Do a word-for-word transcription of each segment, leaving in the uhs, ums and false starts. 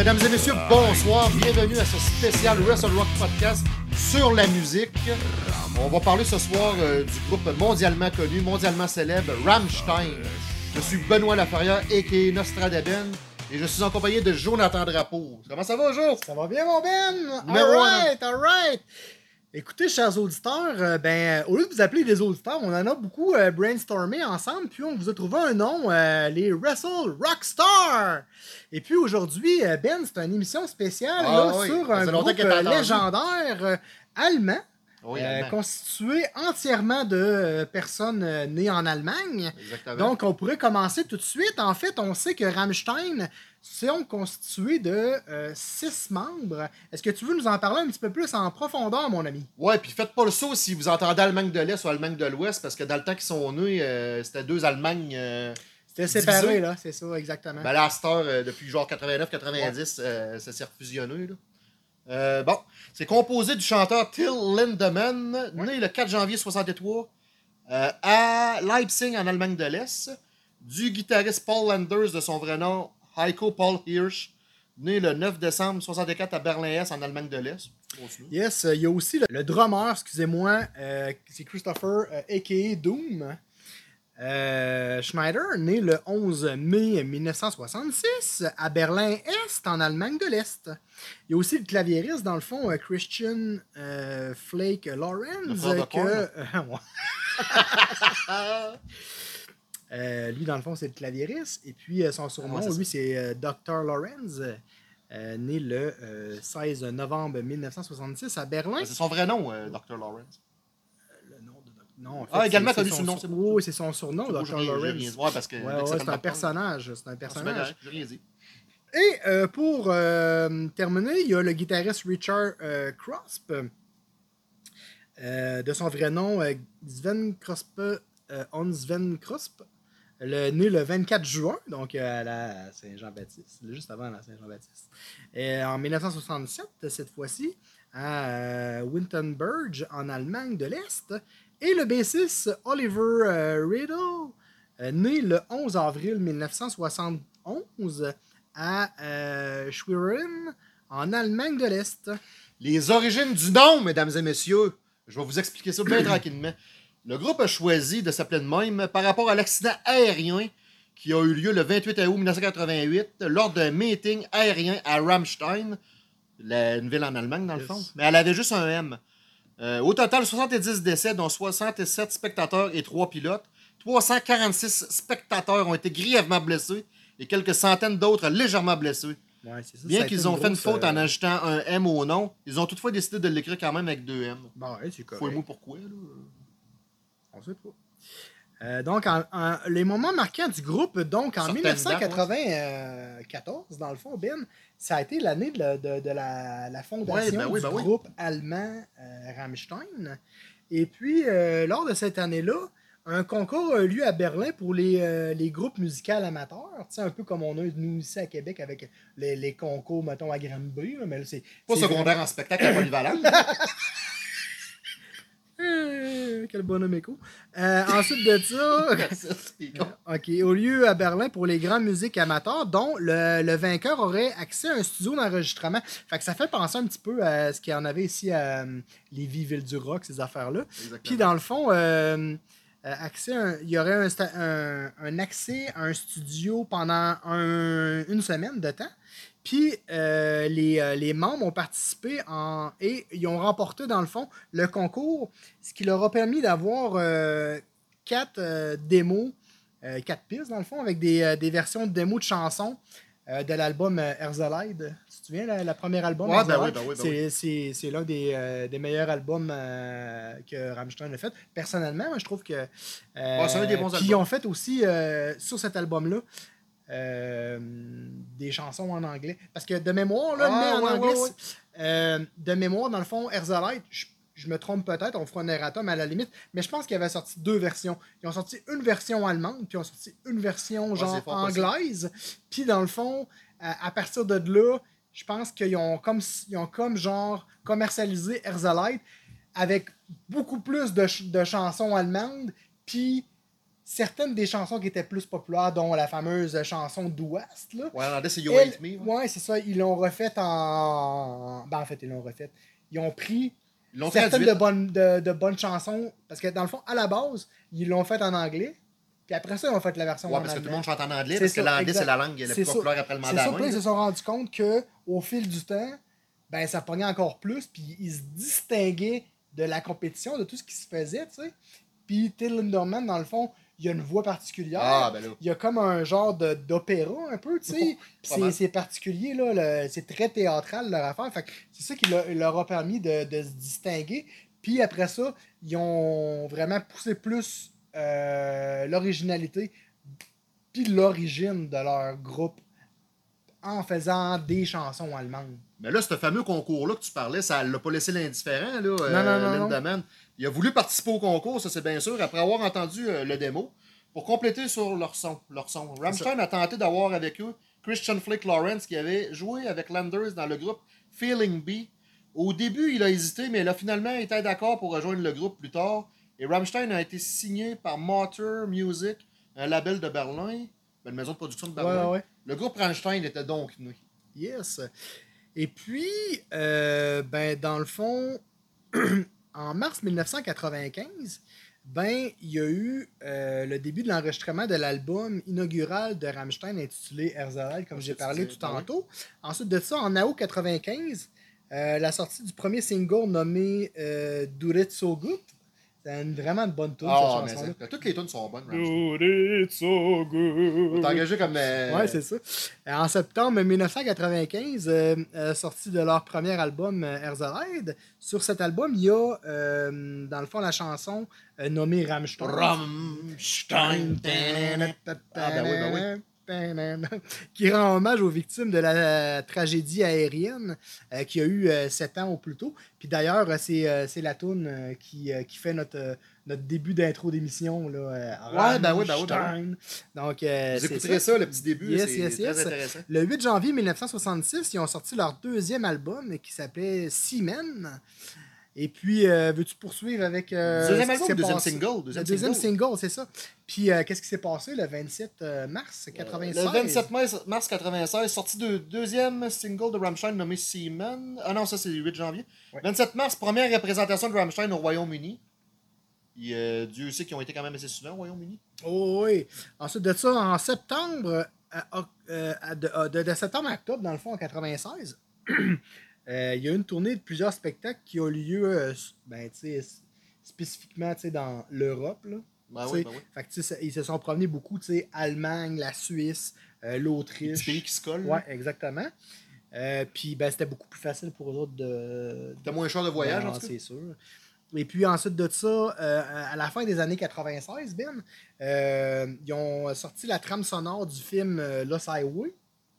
Mesdames et messieurs, bonsoir, bienvenue à ce spécial Wrestle Rock Podcast sur la musique. On va parler ce soir euh, du groupe mondialement connu, mondialement célèbre, Rammstein. Je suis Benoît Laferrière, a k a. Nostradaben, et je suis en compagnie de Jonathan Drapeau. Comment ça va, Jo? Ça va bien, mon Ben? Alright, alright! Écoutez, chers auditeurs, euh, ben, au lieu de vous appeler des auditeurs, on en a beaucoup euh, brainstormé ensemble, puis on vous a trouvé un nom, euh, les Wrestle Rockstar! Et puis aujourd'hui, euh, Ben, c'est une émission spéciale ah, là, oui. sur un groupe euh, légendaire euh, allemand. Oui, euh, constitué entièrement de euh, personnes euh, nées en Allemagne. Exactement. Donc, on pourrait commencer tout de suite. En fait, on sait que Rammstein sont constitués de euh, six membres. Est-ce que tu veux nous en parler un petit peu plus en profondeur, mon ami? Ouais, puis faites pas le saut si vous entendez Allemagne de l'Est ou Allemagne de l'Ouest, parce que dans le temps qu'ils sont nés, euh, c'était deux Allemagnes. Euh, c'était séparé, là, c'est ça, exactement. Ben là, à cette heure, euh, depuis genre quatre-vingt-neuf quatre-vingt-dix, ouais. euh, ça s'est refusionné, là. Euh, bon, c'est composé du chanteur Till Lindemann, ouais. né le quatre janvier soixante-trois euh, à Leipzig en Allemagne de l'Est, du guitariste Paul Landers de son vrai nom Heiko Paul Hirsch, né le neuf décembre soixante-quatre à Berlin-Est en Allemagne de l'Est. Yes, il euh, y a aussi le, le drummer, excusez-moi, euh, c'est Christopher euh, a k a. Doom. Euh, Schneider, né le onze mai mille neuf cent soixante-six à Berlin-Est, en Allemagne de l'Est. Il y a aussi le claviériste, dans le fond, euh, Christian euh, Flake Lawrence. Que, euh, euh, lui, dans le fond, c'est le claviériste. Et puis, euh, son surnom, ah, lui, c'est euh, docteur Lawrence, euh, né le euh, seize novembre mille neuf cent soixante-six à Berlin. C'est son vrai nom, euh, docteur Lawrence. Non, en fait, ah, également connu sous le nom, c'est bon. Oui, c'est son surnom, docteur Lawrence. Ouais, parce que ouais, ouais, c'est un personnage. C'est un personnage. J'ai rien dit. Et euh, pour euh, terminer, il y a le guitariste Richard euh, Krosp, euh, de son vrai nom, euh, Sven Krosp, euh, On Sven Krosp, le, né le vingt-quatre juin, donc euh, à la Saint-Jean-Baptiste, juste avant la Saint-Jean-Baptiste. Et en mille neuf cent soixante-sept, cette fois-ci, à euh, Wittenberg, en Allemagne de l'Est. Et le bassiste Oliver euh, Riddle, euh, né le onze avril mille neuf cent soixante-onze à euh, Schwerin, en Allemagne de l'Est. Les origines du nom, mesdames et messieurs. Je vais vous expliquer ça bien tranquillement. Le groupe a choisi de s'appeler de même par rapport à l'accident aérien qui a eu lieu le vingt-huit août mille neuf cent quatre-vingt-huit lors d'un meeting aérien à Rammstein, la, une ville en Allemagne dans le yes. fond. Mais elle avait juste un M. Euh, au total, soixante-dix décès, dont soixante-sept spectateurs et trois pilotes. trois cent quarante-six spectateurs ont été grièvement blessés et quelques centaines d'autres légèrement blessés. Ouais, c'est ça, Bien ça qu'ils ont une fait une grosse, faute euh... en ajoutant un M au nom, ils ont toutefois décidé de l'écrire quand même avec deux M. Bon, ouais, c'est correct. Fouille-moi pourquoi, là. On sait pas. Euh, donc, en, en, les moments marquants du groupe, donc en Certaines mille neuf cent quatre-vingt-quatorze, dans le fond, Ben, ça a été l'année de, de, de la, la fondation ouais, ben oui, ben du oui. groupe allemand euh, Rammstein. Et puis, euh, lors de cette année-là, un concours a eu lieu à Berlin pour les, euh, les groupes musicaux amateurs. Tu sais, un peu comme on a nous ici à Québec avec les, les concours, mettons, à Granby. Là, mais c'est pas c'est secondaire vraiment... en spectacle à Polyvalent. Euh, quel bonhomme écho. Euh, ensuite de ça, ok, au lieu à Berlin pour les grandes musiques amateurs, dont le, le vainqueur aurait accès à un studio d'enregistrement. Fait que ça fait penser un petit peu à ce qu'il y en avait ici à euh, Lévis, Ville-du-Roc, ces affaires-là. Puis dans le fond, euh, accès à un, il y aurait un, un, un accès à un studio pendant un, une semaine de temps. Puis euh, les, euh, les membres ont participé en, et ils ont remporté, dans le fond, le concours, ce qui leur a permis d'avoir euh, quatre euh, démos, euh, quatre pistes, dans le fond, avec des, euh, des versions de démos de chansons euh, de l'album euh, Herzeleid. Tu te souviens, la, la première album? Ouais, ben oui, ben oui, ben c'est, oui. c'est, c'est l'un des, euh, des meilleurs albums euh, que Rammstein a fait. Personnellement, moi, je trouve que... Euh, ouais, c'est un des bons albums. Puis ils ont fait aussi, euh, sur cet album-là, Euh, des chansons en anglais. Parce que de mémoire, là, ah, mais en ouais, anglais, ouais, ouais. Euh, de mémoire, dans le fond, Herzeleid, je, je me trompe peut-être, on fera un erratum à la limite, mais je pense qu'il avait sorti deux versions. Ils ont sorti une version allemande, puis ils ont sorti une version genre ouais, anglaise. Puis dans le fond, à, à partir de là, je pense qu'ils ont comme, ils ont comme genre commercialisé Herzeleid avec beaucoup plus de, de chansons allemandes, puis certaines des chansons qui étaient plus populaires, dont la fameuse chanson d'Ouest. Là, ouais, en anglais, c'est You elle, Hate Me. Ouais, ouais c'est ça. Ils l'ont refaite en. Ben, en fait, ils l'ont refaite. Ils ont pris ils l'ont certaines traduite. de bonnes, de, de bonnes chansons. Parce que dans le fond, à la base, ils l'ont faite en anglais. Puis après ça, ils ont fait la version ouais, en parce que allemand. tout le monde chante en anglais. C'est Parce ça, que l'anglais, exact. c'est la langue la C'est plus ça. populaire après le C'est mandarin. ça, puis ils se sont rendus compte qu'au fil du temps, ben, ça pognait encore plus. Puis ils se distinguaient de la compétition, de tout ce qui se faisait, tu sais. Puis Till Lindemann, dans le fond, il y a une voix particulière. Ah, ben là. Il y a comme un genre de, d'opéra, un peu, tu sais. c'est, c'est particulier, là. Le, c'est très théâtral, leur affaire. Fait que c'est ça qui leur, leur a permis de, de se distinguer. Puis après ça, ils ont vraiment poussé plus euh, l'originalité puis l'origine de leur groupe en faisant des chansons allemandes. Mais là, ce fameux concours-là que tu parlais, ça ne l'a pas laissé l'indifférent, là, non, euh, non, non, Lindemann. Il a voulu participer au concours, ça c'est bien sûr, après avoir entendu euh, le démo, pour compléter sur leur son. Leur son. Rammstein a tenté d'avoir avec eux Christian Flick Lawrence, qui avait joué avec Landers dans le groupe Feeling B. Au début, il a hésité, mais il a finalement été d'accord pour rejoindre le groupe plus tard. Et Rammstein a été signé par Motor Music, un label de Berlin, une maison de production de Berlin. Ouais, ouais. Le groupe Rammstein était donc né. Yes. Et puis, euh, ben, dans le fond, en mars dix-neuf cent quatre-vingt-quinze, ben, il y a eu euh, le début de l'enregistrement de l'album inaugural de Rammstein intitulé Herzl, comme j'ai parlé tout tantôt. Ensuite de ça, en août quatre-vingt-quinze, euh, la sortie du premier single nommé euh, Do It So Good. C'est une, vraiment une bonne tune, oh, cette chanson-là. Toutes les tunes sont bonnes. Do It So Good. On t'a engagé comme... Euh... Ouais, c'est ça. En septembre dix-neuf cent quatre-vingt-quinze, euh, euh, sorti de leur premier album euh, Herzl. Sur cet album, il y a, euh, dans le fond, la chanson euh, nommée Rammstein. Rammstein. Ah, ben oui, ben oui. Qui rend hommage aux victimes de la euh, tragédie aérienne euh, qui a eu euh, sept ans au plus tôt. Puis d'ailleurs, c'est, euh, c'est la toune euh, qui, euh, qui fait notre, euh, notre début d'intro d'émission. Là, euh, ouais, ben oui, ben oui, ben oui. Donc, euh, vous écouterez ça. ça, le petit début, yes, c'est yes, très yes. intéressant. Le huit janvier dix-neuf cent soixante-six, ils ont sorti leur deuxième album qui s'appelait Seamen. Et puis, euh, veux-tu poursuivre avec... Euh, deuxième album, deuxième passé? single. Deuxième le deuxième single, single c'est ça. Puis, euh, qu'est-ce qui s'est passé le vingt-sept mars quatre-vingt-seize? Euh, le vingt-sept mars quatre-vingt-seize, sorti de deuxième single de Rammstein nommé Seaman. Ah non, ça c'est le huit janvier. Ouais. vingt-sept mars, première représentation de Rammstein au Royaume-Uni. Et, euh, Dieu sait qu'ils ont été quand même assez souvent au Royaume-Uni. Oh oui. Ensuite de ça, en septembre, à, euh, à, de, de, de septembre à octobre, dans le fond, en quatre-vingt-seize, Euh, il y a eu une tournée de plusieurs spectacles qui ont lieu euh, ben, spécifiquement dans l'Europe. Là, ben oui, ben oui. Fait que, ils se sont promenés beaucoup, Allemagne, la Suisse, euh, l'Autriche. Des pays qui se collent. Oui, exactement. Euh, Puis ben, c'était beaucoup plus facile pour eux autres de. C'était moins cher de voyage, ben, en tout cas. C'est sûr. Et puis ensuite de ça, euh, à la fin des années quatre-vingt-seize, Ben, euh, ils ont sorti la trame sonore du film euh, Lost Highway.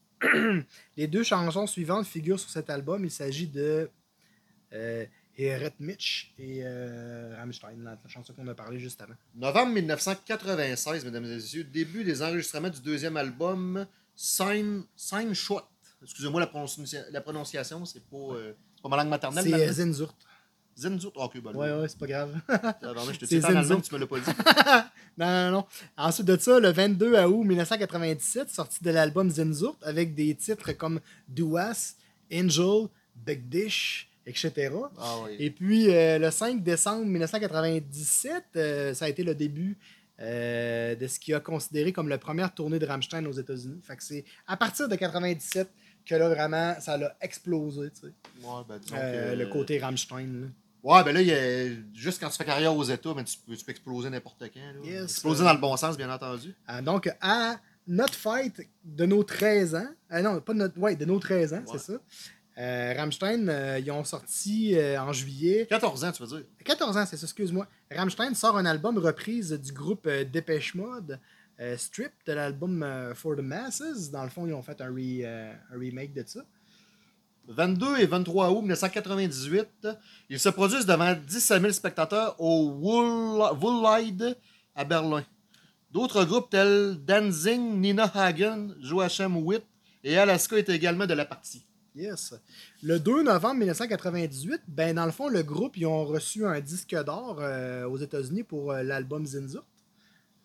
Les deux chansons suivantes figurent sur cet album. Il s'agit de euh, Eret Mitch et euh, Rammstein, la, la chanson qu'on a parlé juste avant. Novembre dix-neuf cent quatre-vingt-seize, mesdames et messieurs, début des enregistrements du deuxième album Sein Schott. Excusez-moi la, prononci- la prononciation, c'est pas, euh, pas ma langue maternelle. C'est euh, Zenzurt. Zenzurt, ok, ben ouais, ouais, c'est pas grave. je te dis en allemand, tu me l'as pas dit. non, non, non. Ensuite de ça, le vingt-deux août dix-neuf cent quatre-vingt-dix-sept, sorti de l'album Zenzurt, avec des titres comme Duas, Angel, Big Dish, et cetera. Ah, oui. Et puis, euh, le cinq décembre dix-neuf cent quatre-vingt-dix-sept, euh, ça a été le début euh, de ce qu'il a considéré comme la première tournée de Rammstein aux États-Unis. Fait que c'est à partir de quatre-vingt-dix-sept que là, vraiment, ça l'a explosé, tu sais. Ouais, ben, disons euh, que... Le côté Rammstein, là. Ouais, ben là, il a... juste quand tu fais carrière aux États, ben, tu, peux, tu peux exploser n'importe quand. Là. Yes, exploser euh... dans le bon sens, bien entendu. Ah, donc, à notre fête de nos treize ans, euh, non, pas de notre, ouais, de nos treize ans, ouais. C'est ça. Euh, Rammstein, euh, ils ont sorti euh, en juillet. quatorze ans, tu veux dire? quatorze ans, c'est ça, excuse-moi. Rammstein sort un album reprise du groupe euh, Depeche Mode, euh, Strip, de l'album euh, For the Masses. Dans le fond, ils ont fait un, re, euh, un remake de ça. vingt-deux et vingt-trois août dix-neuf cent quatre-vingt-dix-huit, ils se produisent devant dix-sept mille spectateurs au Woollied à Berlin. D'autres groupes tels Danzig, Nina Hagen, Joachim Witt et Alaska étaient également de la partie. Yes. Le deux novembre dix-neuf cent quatre-vingt-dix-huit, ben dans le fond, le groupe, ils ont reçu un disque d'or euh, aux États-Unis pour euh, l'album Zenzurt.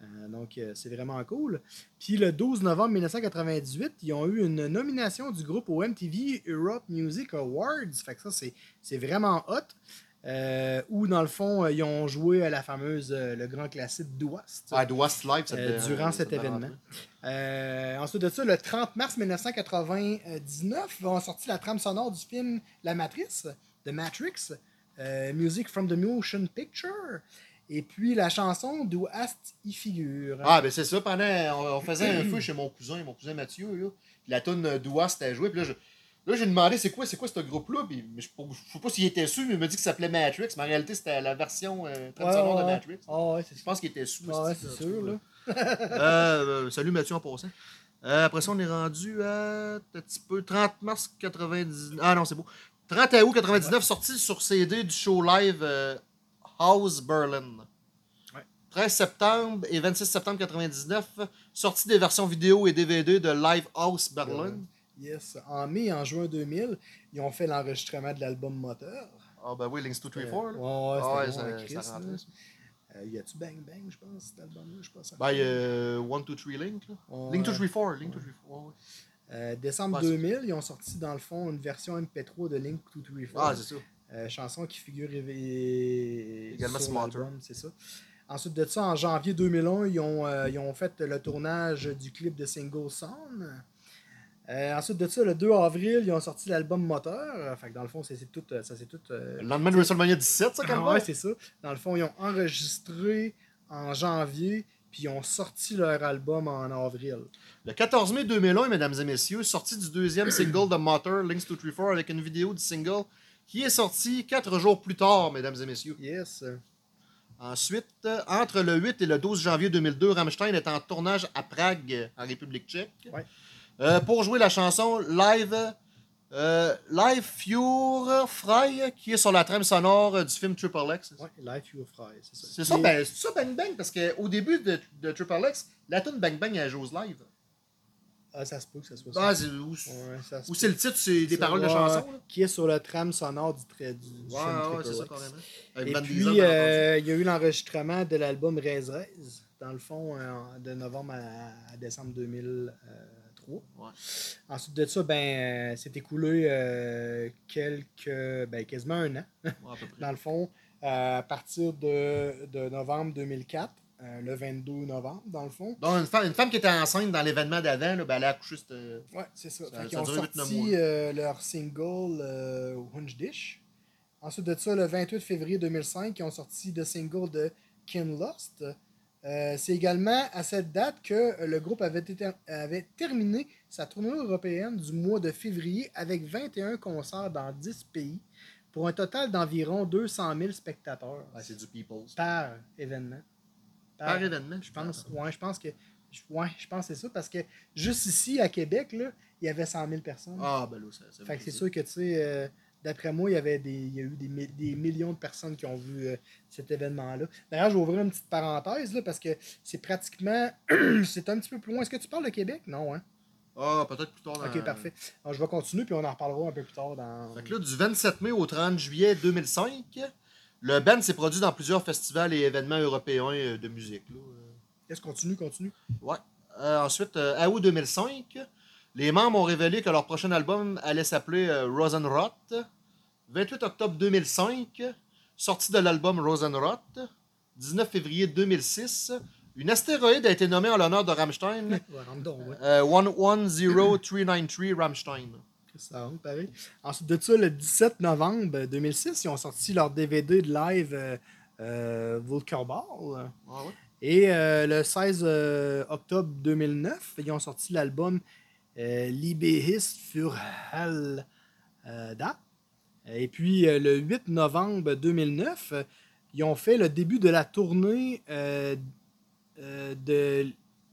Euh, donc, euh, c'est vraiment cool. Puis le douze novembre mille neuf cent quatre-vingt-dix-huit, ils ont eu une nomination du groupe au M T V Europe Music Awards. Fait que ça, c'est, c'est vraiment hot. Euh, où, dans le fond, ils ont joué à la fameuse, euh, le grand classique d'Ouest. Ah, d'Ouest Live, ça euh, durant cet événement. Euh, ensuite de ça, le trente mars mille neuf cent quatre-vingt-dix-neuf, ils ont sorti la trame sonore du film La Matrice, The Matrix, euh, Music from the Motion Picture. Et puis la chanson d'Ouest y figure. Ah, ben c'est ça. Pendant, on, on faisait un feu chez mon cousin, mon cousin Mathieu. Là. Puis la toune d'Ouest a joué. Puis là, je, là, j'ai demandé c'est quoi, c'est quoi ce groupe-là. Puis je ne sais pas s'il était sous, mais il m'a dit que ça s'appelait Matrix. Mais en réalité, c'était la version euh, traditionnelle ouais, de ouais. Matrix. Ah, ouais, c'est je pense qu'il était sous. Ah, ouais, c'est sûr. Là. euh, salut Mathieu en passant. Euh, après ça, on est rendu à un petit peu trente mars quatre-vingt-dix-neuf. Ah non, c'est beau. trente août quatre-vingt-dix-neuf, ouais. Sorti sur C D du show live euh, House Berlin. treize septembre et vingt-six septembre quatre-vingt-dix-neuf, sortie des versions vidéo et D V D de Live House Berlin. Yes. En mai et en juin deux mille, ils ont fait l'enregistrement de l'album Moteur. Ah ben oui, Links two three four. Euh, ouais, ouais, ah, ouais, bon, ça, Chris, ça rentre. Euh, y a-tu Bang Bang, je pense, cet album-là? Je pense. Ben, il y a one two three Link. Là. Ouais. Link two three four. Link two three four. Ouais, ouais. Euh, décembre ouais, deux mille, ils ont sorti dans le fond une version M P trois de Link two three four. Ah, c'est ça. Euh, chanson qui figure et... également sur l'album, c'est ça. Ensuite de ça, en janvier deux mille un, ils ont, euh, ils ont fait le tournage du clip de Single Son. Euh, ensuite de ça, le deux avril, ils ont sorti l'album Moteur. Fait que dans le fond, c'est, c'est tout. Ça, c'est tout euh, le lendemain de WrestleMania dix-sept, ça, quand même? Ah, ouais, c'est ça. Dans le fond, ils ont enregistré en janvier, puis ils ont sorti leur album en avril. Le quatorze mai deux mille un, mesdames et messieurs, sortie du deuxième single de Moteur, Links two three four, avec une vidéo du single qui est sortie quatre jours plus tard, mesdames et messieurs. Yes. Ensuite, entre le huit et le douze janvier deux mille deux, Rammstein est en tournage à Prague, en République tchèque. Ouais. Euh, pour jouer la chanson Live euh, Live Fure Fry, qui est sur la trame sonore du film Triple X. Oui, Live Fure Fry, c'est ça. C'est ça, ben, c'est ça Bang Bang, parce qu'au début de, de Triple X, la tune Bang Bang elle joue live. Ah, ça se peut que ça soit ça. Ah, c'est, ou, ouais, ça ou c'est le titre, c'est des paroles ouais, de chansons. Là. Qui est sur la trame sonore du, trait, du, du ouais, film ouais, Triple c'est X. ça, carrément. Avec Et Van puis, Diesel, euh, il y a eu l'enregistrement de l'album Rez Rez, dans le fond, euh, de novembre à, à décembre deux mille trois. Ouais. Ensuite de ça, ben, euh, s'est écoulé euh, quelques, ben, quasiment un an, ouais, à peu près. dans le fond, euh, à partir de, de novembre deux mille quatre. Euh, le vingt-deux novembre, dans le fond. Donc, une femme, une femme qui était enceinte dans l'événement d'avant, là, ben, elle a accouché. Cette... Ouais, c'est ça. ça Ils ont sorti euh, leur single euh, Hunch Dish. Ensuite de ça, le vingt-huit février deux mille cinq, ils ont sorti le single de Kin Lost. Euh, c'est également à cette date que le groupe avait, été, avait terminé sa tournée européenne du mois de février avec vingt et un concerts dans dix pays pour un total d'environ deux cent mille spectateurs. Ouais, c'est du People's. Par événement. Par, par événement, je pense. Ouais, je pense que. Ouais, je pense que c'est ça, parce que juste ici, à Québec, là, il y avait cent mille personnes. Ah, ben là, ça, ça fait que c'est sûr que, tu sais, euh, d'après moi, il y avait des, il y a eu des, des millions de personnes qui ont vu euh, cet événement-là. D'ailleurs, je vais ouvrir une petite parenthèse, là, parce que c'est pratiquement. c'est un petit peu plus loin. Est-ce que tu parles de Québec? Non, hein? Ah, peut-être plus tard. Dans... Ok, parfait. Alors, je vais continuer, puis on en reparlera un peu plus tard dans. Fait que là, du vingt-sept mai au trente juillet deux mille cinq, le band s'est produit dans plusieurs festivals et événements européens de musique. Là. Est-ce continue, continue? Ouais. Euh, ensuite, euh, à août deux mille cinq, les membres ont révélé que leur prochain album allait s'appeler euh, Rosenrot. vingt-huit octobre deux mille cinq, sortie de l'album Rosenrot. dix-neuf février deux mille six, une astéroïde a été nommée en l'honneur de Rammstein. ouais, donc, ouais. euh, un un zéro trois neuf trois Rammstein. Ça rentre pareil. Ensuite de ça, le dix-sept novembre deux mille six, ils ont sorti leur D V D de live euh, euh, Vulcarball. Ah ouais. Et euh, le seize euh, octobre deux mille neuf, ils ont sorti l'album euh, Liebe ist für Hell euh, da. Et puis euh, le huit novembre deux mille neuf, euh, ils ont fait le début de la tournée euh, euh, de,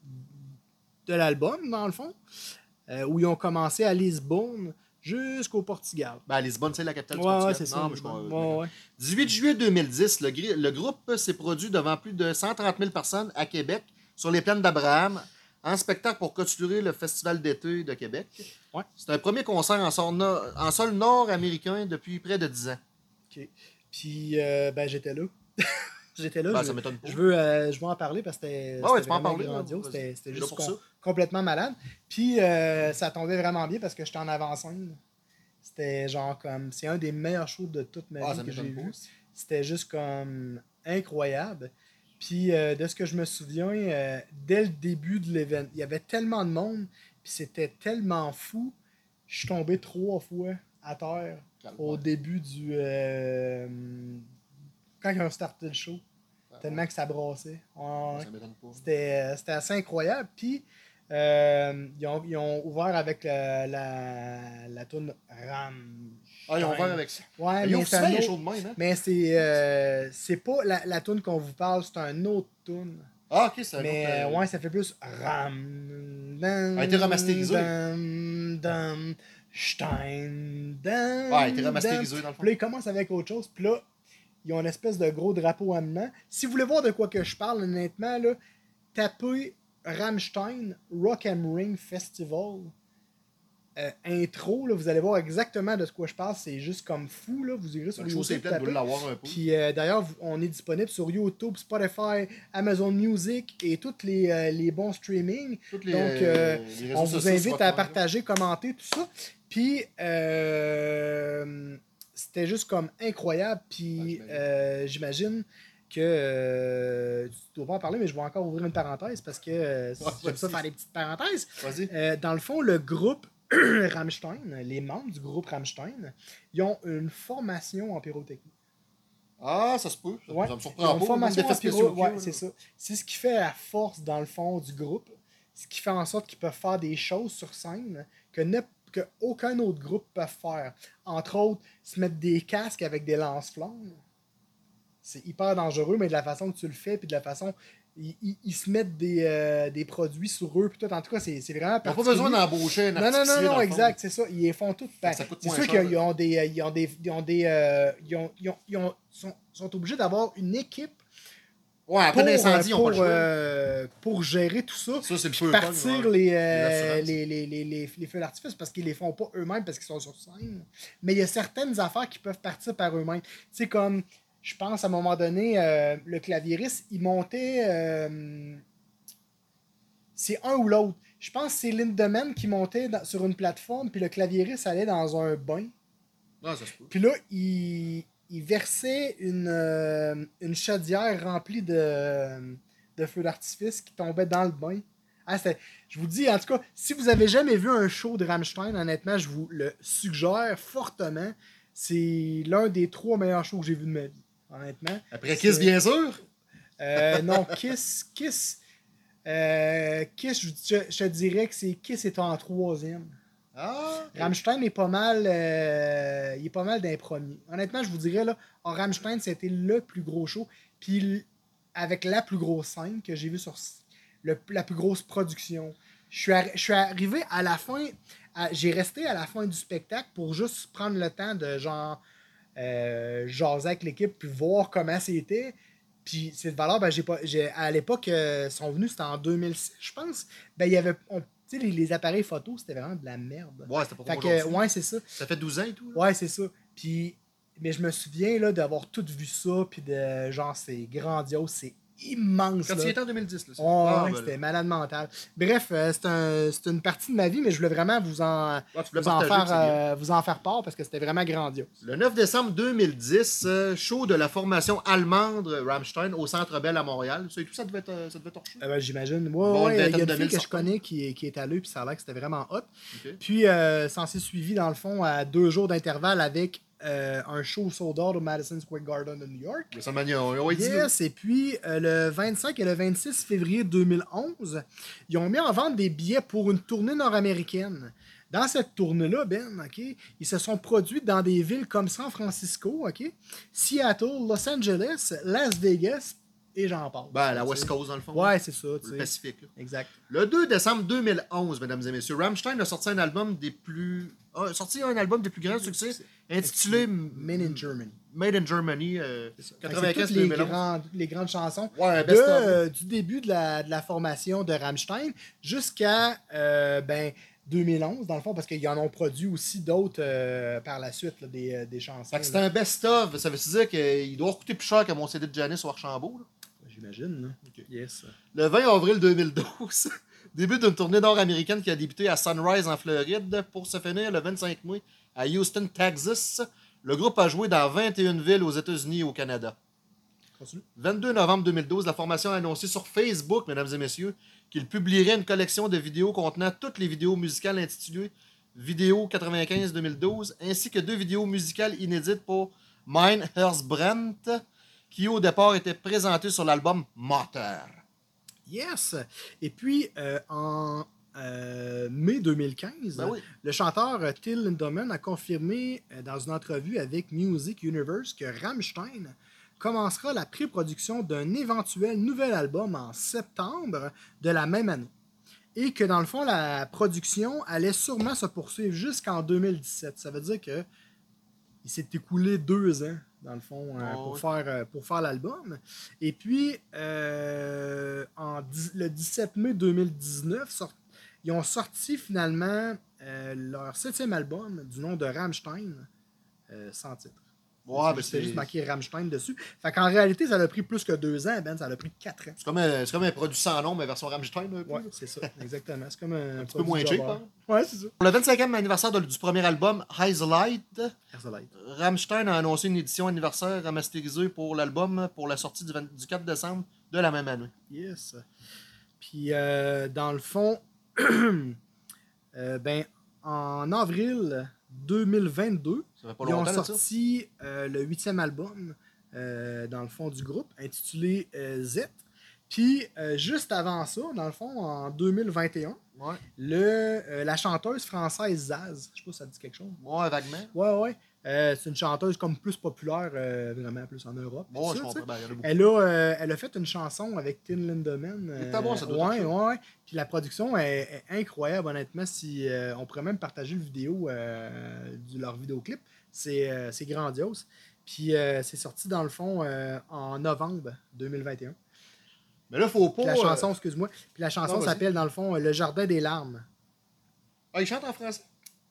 de l'album, dans le fond. Euh, où ils ont commencé à Lisbonne jusqu'au Portugal. Ben, à Lisbonne, c'est la capitale ouais, du Portugal. Ouais, c'est ça. Non, mais je crois, ouais, ouais. dix-huit juillet deux mille dix, le, le groupe s'est produit devant plus de cent trente mille personnes à Québec, sur les plaines d'Abraham, en spectacle pour clôturer le Festival d'été de Québec. Ouais. C'est un premier concert en sol, no- en sol nord-américain depuis près de dix ans. OK. Puis, euh, ben, j'étais là. J'étais là, Ben, je, ça m'étonne pas. je, veux, euh, je veux en parler parce que c'était Ah ouais, c'était tu peux en vraiment parler, là, grandiose. vas-y. C'était c'était Je suis juste là pour com- ça. complètement malade. Puis euh, ça tombait vraiment bien parce que j'étais en avant-scène. C'était genre comme... C'est un des meilleurs shows de toute ma Ah, vie ça que j'ai m'étonne pas vu. aussi. C'était juste comme incroyable. Puis euh, de ce que je me souviens, euh, dès le début de l'événement, il y avait tellement de monde, puis c'était tellement fou. Je suis tombé trois fois à terre au début du... euh, quand ils ont starté le show. Tellement que ça brassait. Ouais, Ouais, ça m'étonne pas. c'était, c'était assez incroyable. Puis, euh, ils, ont, ils ont ouvert avec la, la, la toune Ram. Ah, ils ont ouvert avec ça. Ouais, Ils ont mais c'est souvent un les autre- shows de même, hein? mais c'est, euh, c'est pas la, la toune qu'on vous parle, c'est un autre toune. Ah, ok, c'est un Mais autre. euh, ouais, ça fait plus Ram. Dam, A été remasterisé. Dam, dam, Stein. Dam, Ouais, a été remasterisé, dam. dans le fond. Puis là, ils commencent avec autre chose. Puis là, ils ont une espèce de gros drapeau amenant. Si vous voulez voir de quoi que je parle, honnêtement, là, tapez Rammstein Rock am Ring Festival. Euh, intro, là, vous allez voir exactement de quoi je parle. C'est juste comme fou. Là. Vous irez sur Le show, c'est YouTube. plein de taper. l'avoir un peu. Puis euh, d'ailleurs, vous- on est disponible sur YouTube, Spotify, Amazon Music et tous les, euh, les bons streamings. Toutes les, Donc, euh, les réseaux on vous sociaux invite sur à Rockman, partager, commenter, tout ça. Puis, euh, c'était juste comme incroyable. Puis, Ouais, euh, j'imagine que euh, tu dois pas en parler, mais je vais encore ouvrir une parenthèse parce que euh, Ouais, j'aime ça vas-y. faire des petites parenthèses. Vas-y. Euh, dans le fond, le groupe Rammstein, les membres du groupe Rammstein, ils ont une formation en pyrotechnie. Ah, ça se peut. Ça, Ouais. ça me Ils surprend ont une pas. formation Même en effets pyro, spéciaux ouais, qu'il y a, c'est là. ça. C'est ce qui fait la force, dans le fond, du groupe. Ce qui fait en sorte qu'ils peuvent faire des choses sur scène que, ne, que aucun autre groupe peut faire. Entre autres, se mettre des casques avec des lance-flammes. C'est hyper dangereux, mais de la façon que tu le fais, puis de la façon... Ils, ils- ils se mettent des, euh, des produits sur eux, puis tout. En tout cas, c'est c'est vraiment Ils n'ont pas particulier. besoin d'embaucher un Non, non, artificier, non, dans non, le exact, fond. c'est ça. Ils les font tout. Ben, Ça coûte c'est moins sûr cher, qu'ils ont des. euh, Ils ont des. Ils ont des. euh, Ils ont, ils ont, ils ont- sont, sont obligés d'avoir une équipe Ouais, après pour, l'incendie, ils euh, n'ont pas le pour, choix. euh, pour gérer tout ça. Ça, c'est le Puis feu partir pogne, ouais. les, Les euh, assurances. les, les, les, les, les feux d'artifice parce qu'ils les font pas eux-mêmes parce qu'ils sont sur scène. Mais il y a certaines affaires qui peuvent partir par eux-mêmes. Tu sais, comme, je pense à un moment donné, euh, le claviériste, il montait. euh, c'est un ou l'autre. Je pense que c'est Lindemann qui montait dans- sur une plateforme, puis le claviériste allait dans un bain. Non, ça se peut. Puis là, il, il versait une, euh, une chaudière remplie de, de feux d'artifice qui tombait dans le bain. Ah, c'était- je vous dis, en tout cas, si vous avez jamais vu un show de Rammstein, honnêtement, je vous le suggère fortement. C'est l'un des trois meilleurs shows que j'ai vus de ma vie, honnêtement. Après Kiss, C'est- bien sûr. Euh, non, Kiss, Kiss, euh, Kiss, je, je- je te dirais que c'est Kiss est en troisième. Ah. Rammstein est pas mal, euh, il est pas mal d'un premier. Honnêtement, je vous dirais là, en Rammstein, c'était le plus gros show, puis l- avec la plus grosse scène que j'ai vue sur le- la plus grosse production. Je suis, arri- je suis arrivé à la fin, à- j'ai resté à la fin du spectacle pour juste prendre le temps de genre euh, jaser avec l'équipe puis voir comment c'était. Puis cette valeur, ben, j'ai pas, j'ai, à l'époque, euh, ils sont venus, c'était en deux mille six, je pense. Ben, il y avait, on- tu sais, les, les appareils photo, c'était vraiment de la merde. Ouais, c'était pas Fait pour que, aujourd'hui. ouais, c'est ça. Ça fait douze ans et tout. là. Ouais, c'est ça. Puis, mais je me souviens là, d'avoir tout vu ça, puis de genre, c'est grandiose, c'est immense. Quand là. tu y étais en deux mille dix, là. ça. Ouais, Ah, ouais, ben c'était là. malade mental. Bref, euh, c'est un, c'est une partie de ma vie, mais je voulais vraiment vous en, Ah, tu voulais vous en, partager, faire, c'est bien. euh, vous en faire part parce que c'était vraiment grandiose. Le neuf décembre deux mille dix, euh, show de la formation allemande Rammstein au Centre Bell à Montréal. Ça et tout, ça devait être, euh, ça devait torcher. Euh, ben, j'imagine. Ouais, Bon, ouais, une il y a vingtaine une de fille mille que je sortants. connais qui, est- qui est allée, puis ça a l'air que c'était vraiment hot. Ok. Puis, euh, s'en s'est suivi, dans le fond, à deux jours d'intervalle avec euh, un show sold out au Madison Square Garden de New York. WrestleMania, on va dire. Yes, et puis euh, le vingt-cinq et le vingt-six février deux mille onze, ils ont mis en vente des billets pour une tournée nord-américaine. Dans cette tournée-là, Ben, ok, ils se sont produits dans des villes comme San Francisco, ok, Seattle, Los Angeles, Las Vegas, et j'en passe. Ben, la tu West sais. Coast, dans le fond. Ouais, c'est ça, tu Le sais. Pacifique. là. Exact. Le deux décembre deux mille onze, mesdames et messieurs, Rammstein a sorti un album des plus. a sorti un album des plus grands succès intitulé Men in Germany. Made in Germany euh, C'est ça. Fait que c'est quatre-vingt-quinze toutes les, deux mille onze. grandes, les grandes chansons Ouais, un de, best-of. euh, du début de la, de la formation de Rammstein jusqu'à euh, ben, deux mille onze, dans le fond, parce qu'ils en ont produit aussi d'autres euh, par la suite, là, des, euh, des chansons. Fait que c'est un best-of. Ça veut dire qu'il doit coûter plus cher que mon C D de Janice au Archambault. Là. J'imagine, là. Okay. Yes. Le vingt avril deux mille douze, début d'une tournée nord-américaine qui a débuté à Sunrise en Floride pour se finir le vingt-cinq mai à Houston, Texas. Le groupe a joué dans vingt et une villes aux États-Unis et au Canada. Continue. vingt-deux novembre deux mille douze, la formation a annoncé sur Facebook, mesdames et messieurs, qu'il publierait une collection de vidéos contenant toutes les vidéos musicales intitulées Vidéo quatre-vingt-quinze deux mille douze, ainsi que deux vidéos musicales inédites pour Mein Herzbrennt, qui au départ étaient présentées sur l'album Motor. Yes! Et puis, euh, en euh, mai deux mille quinze, Ben oui. le chanteur euh, Till Lindemann a confirmé euh, dans une entrevue avec Music Universe que Rammstein commencera la pré-production d'un éventuel nouvel album en septembre de la même année. Et que dans le fond, la production allait sûrement se poursuivre jusqu'en deux mille dix-sept. Ça veut dire que il s'est écoulé deux ans, dans le fond, euh, Oh, pour, oui. faire, euh, pour faire l'album. Et puis, euh, en dix- le dix-sept mai deux mille dix-neuf, sort- ils ont sorti finalement euh, leur septième album du nom de Rammstein, euh, sans titre. Ouais, c'est ben c'est c'est juste marqué Rammstein dessus. Fait qu'en réalité, ça a pris plus que deux ans, Ben. Ça a pris quatre ans. c'est comme, un- c'est comme un produit sans nom, mais version Rammstein. Un peu, Ouais, là. c'est ça, exactement. C'est comme un, Un petit peu moins cheap. Hein? Ouais, c'est ça. Pour le vingt-cinquième anniversaire de- du premier album, Light, Herzlite. Rammstein a annoncé une édition anniversaire remasterisée pour l'album pour la sortie du, vingt du quatre décembre de la même année. Yes. Puis, euh, dans le fond, euh, ben, en avril deux mille vingt-deux, Ça fait pas ils ont longtemps, là, ça? sorti euh, le huitième album, euh, dans le fond, du groupe, intitulé euh, Z. Puis, euh, juste avant ça, dans le fond, en deux mille vingt et un, Ouais. le, euh, la chanteuse française Zaz, je sais pas si ça dit quelque chose. Ouais, vaguement. Ouais, ouais. Euh, c'est une chanteuse comme plus populaire, euh, vraiment plus en Europe. Bon, tout je ça, tu sais. comprends. Ben, il y en a beaucoup. Elle a, euh, elle a fait une chanson avec Tin Lindemann. Il est pas bon, ça doit ouais, être ouais, ouais. Puis la production est, est incroyable, honnêtement. Si, euh, on pourrait même partager le vidéo euh, de leur vidéoclip. C'est, euh, c'est grandiose. Puis euh, c'est sorti dans le fond euh, en novembre deux mille vingt et un. Mais là, faut pas. Puis la euh, chanson, excuse-moi. Puis la chanson Non, vas-y. s'appelle dans le fond Le Jardin des larmes. Ah, il chante en français.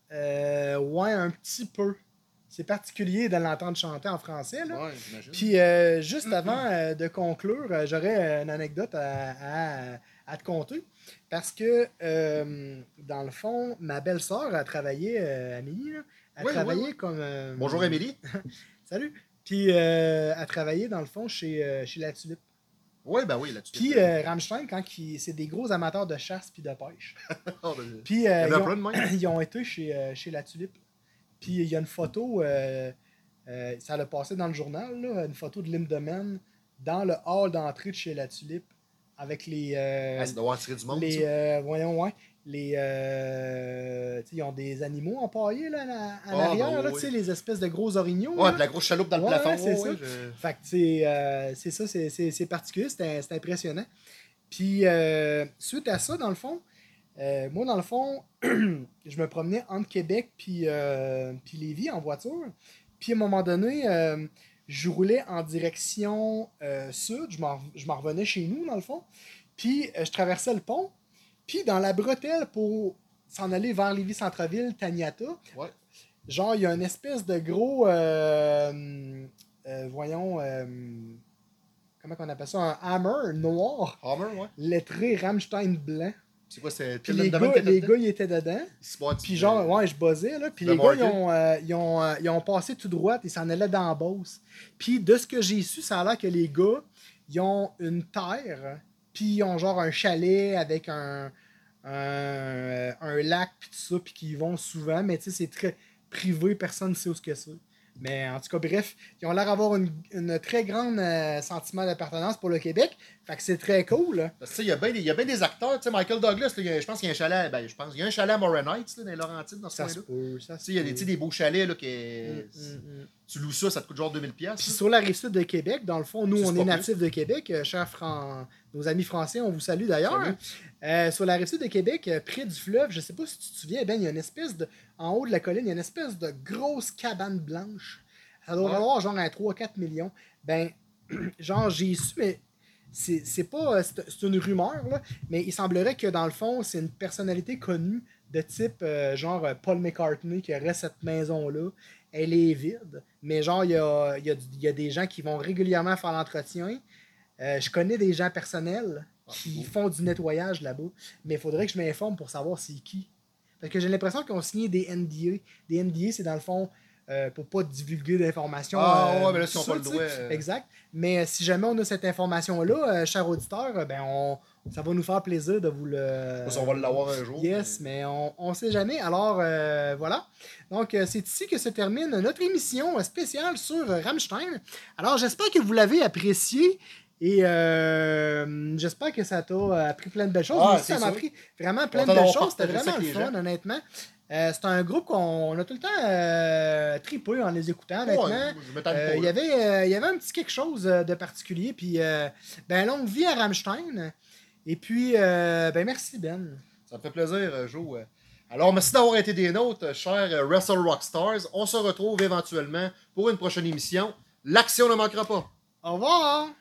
Euh, ouais, un petit peu. C'est particulier de l'entendre chanter en français, là. Ouais, j'imagine. Puis, euh, juste avant euh, de conclure, euh, j'aurais une anecdote à, à- à te conter. Parce que, euh, dans le fond, ma belle-sœur a travaillé, euh, Amélie, là, a Oui, travaillé oui, oui. comme... euh, Bonjour, Émilie. Salut! Puis, euh, a travaillé, dans le fond, chez, euh, chez La Tulipe. Oui, ben oui, là-dessus. Puis, euh, Rammstein, quand il- c'est des gros amateurs de chasse puis de pêche. Oh, ben, Puis, il y euh, en ils, a ont, plein de même. ils ont été chez, euh, chez La Tulipe. Puis, il y a une photo, euh, euh, ça l'a passé dans le journal, là, une photo de Lindemann dans le hall d'entrée de chez La Tulipe avec les. euh, Ah, ça doit avoir tiré du monde, les ça. euh, voyons, ouais. Les, euh, tu sais, ils ont des animaux empaillés là, à, à Ah, l'arrière, ben là, oui. tu sais, les espèces de gros orignaux. Ouais, là. puis la grosse chaloupe dans le Ouais, plafond. ouais, c'est ouais, ça. je- Fait que, tu sais, euh, c'est ça, c'est, c'est, c'est particulier, c'est, c'est impressionnant. Puis, euh, suite à ça, dans le fond, euh, moi, dans le fond, je me promenais entre Québec puis, euh, puis Lévis en voiture. Puis, à un moment donné, euh, je roulais en direction euh, sud. Je m'en, je m'en revenais chez nous, dans le fond. Puis, euh, je traversais le pont. Puis, dans la bretelle pour s'en aller vers Lévis-Centreville, Taniata, Ouais. genre, il y a une espèce de gros... euh, euh, voyons... euh, comment on appelle ça? Un hammer noir, Hammer, ouais. lettré Rammstein blanc. C'est quoi, c'est Puis Till les Lindemann gars, qui était les dedans? gars, ils étaient dedans. Il se bat, Puis euh, genre, ouais, je buzzais, là. Puis Le les gars, ils market. ont, euh, ils, ont, euh, ils ont passé tout droit, ils s'en allaient dans la Beauce. Puis de ce que j'ai su, ça a l'air que les gars, ils ont une terre, puis ils ont genre un chalet avec un, un, un lac, puis tout ça, puis qu'ils y vont souvent. Mais tu sais, c'est très privé, personne ne sait où ce que c'est. Mais en tout cas, bref, ils ont l'air d'avoir une, une très grande euh, sentiment d'appartenance pour le Québec. Fait que c'est très cool, là. Parce que, tu sais, il y a bien des, il y a bien des acteurs. Tu sais, Michael Douglas, là, il y a- je pense qu'il y a un chalet. Ben, je pense. Il y a un chalet à Morin Heights, là, dans les Laurentides, dans ce Ça se coin-là. peut, ça Tu se sais, il y a des, peut. tu sais, des beaux chalets, là, qui. Mm, mm, mm. Tu loues ça, ça te coûte genre deux mille Puis piastres. sur la rive sud de Québec, dans le fond, nous, C'est on pas est plus. natifs de Québec. Euh, chers Fran... nos amis français, on vous salue d'ailleurs. Salut. Euh, sur la rive sud de Québec, euh, près du fleuve, je sais pas si tu te souviens, Ben, il y a une espèce de. En haut de la colline, il y a une espèce de grosse cabane blanche. Ça doit Ouais. valoir genre un trois à quatre millions. Ben, genre, j'ai su, mais c'est c'est pas. C'est c'est une rumeur, là, mais il semblerait que dans le fond, c'est une personnalité connue de type euh, genre Paul McCartney qui aurait cette maison-là. Elle est vide, mais genre, il y a, y, a, y a des gens qui vont régulièrement faire l'entretien. Euh, je connais des gens personnels qui font du nettoyage là-bas, mais il faudrait que je m'informe pour savoir c'est qui. Parce que j'ai l'impression qu'ils ont signé des N D A. Des N D A, c'est dans le fond euh, pour pas divulguer d'informations. Ah euh, ouais, mais là, si on ça, pas le droit. Euh... Exact. Mais si jamais on a cette information-là, euh, cher auditeur, ben on, ça va nous faire plaisir de vous le. Parce on va l'avoir un jour. Yes, mais, mais on ne sait jamais. Alors, euh, voilà. Donc, euh, c'est ici que se termine notre émission spéciale sur Rammstein. Alors, j'espère que vous l'avez apprécié. Et euh, j'espère que ça t'a appris plein de belles choses. Ah, Moi aussi, ça m'a appris vraiment plein de belles choses. C'était vraiment le fun, honnêtement. Euh, c'est un groupe qu'on a tout le temps euh, tripé en les écoutant, honnêtement. Ouais, euh, il, y avait, euh, il y avait un petit quelque chose de particulier. Puis, euh, ben, longue vie à Rammstein. Et puis, euh, ben, merci, Ben. Ça me fait plaisir, Joe. Alors, merci d'avoir été des nôtres, chers Wrestle Rockstars. On se retrouve éventuellement pour une prochaine émission. L'action ne manquera pas. Au revoir!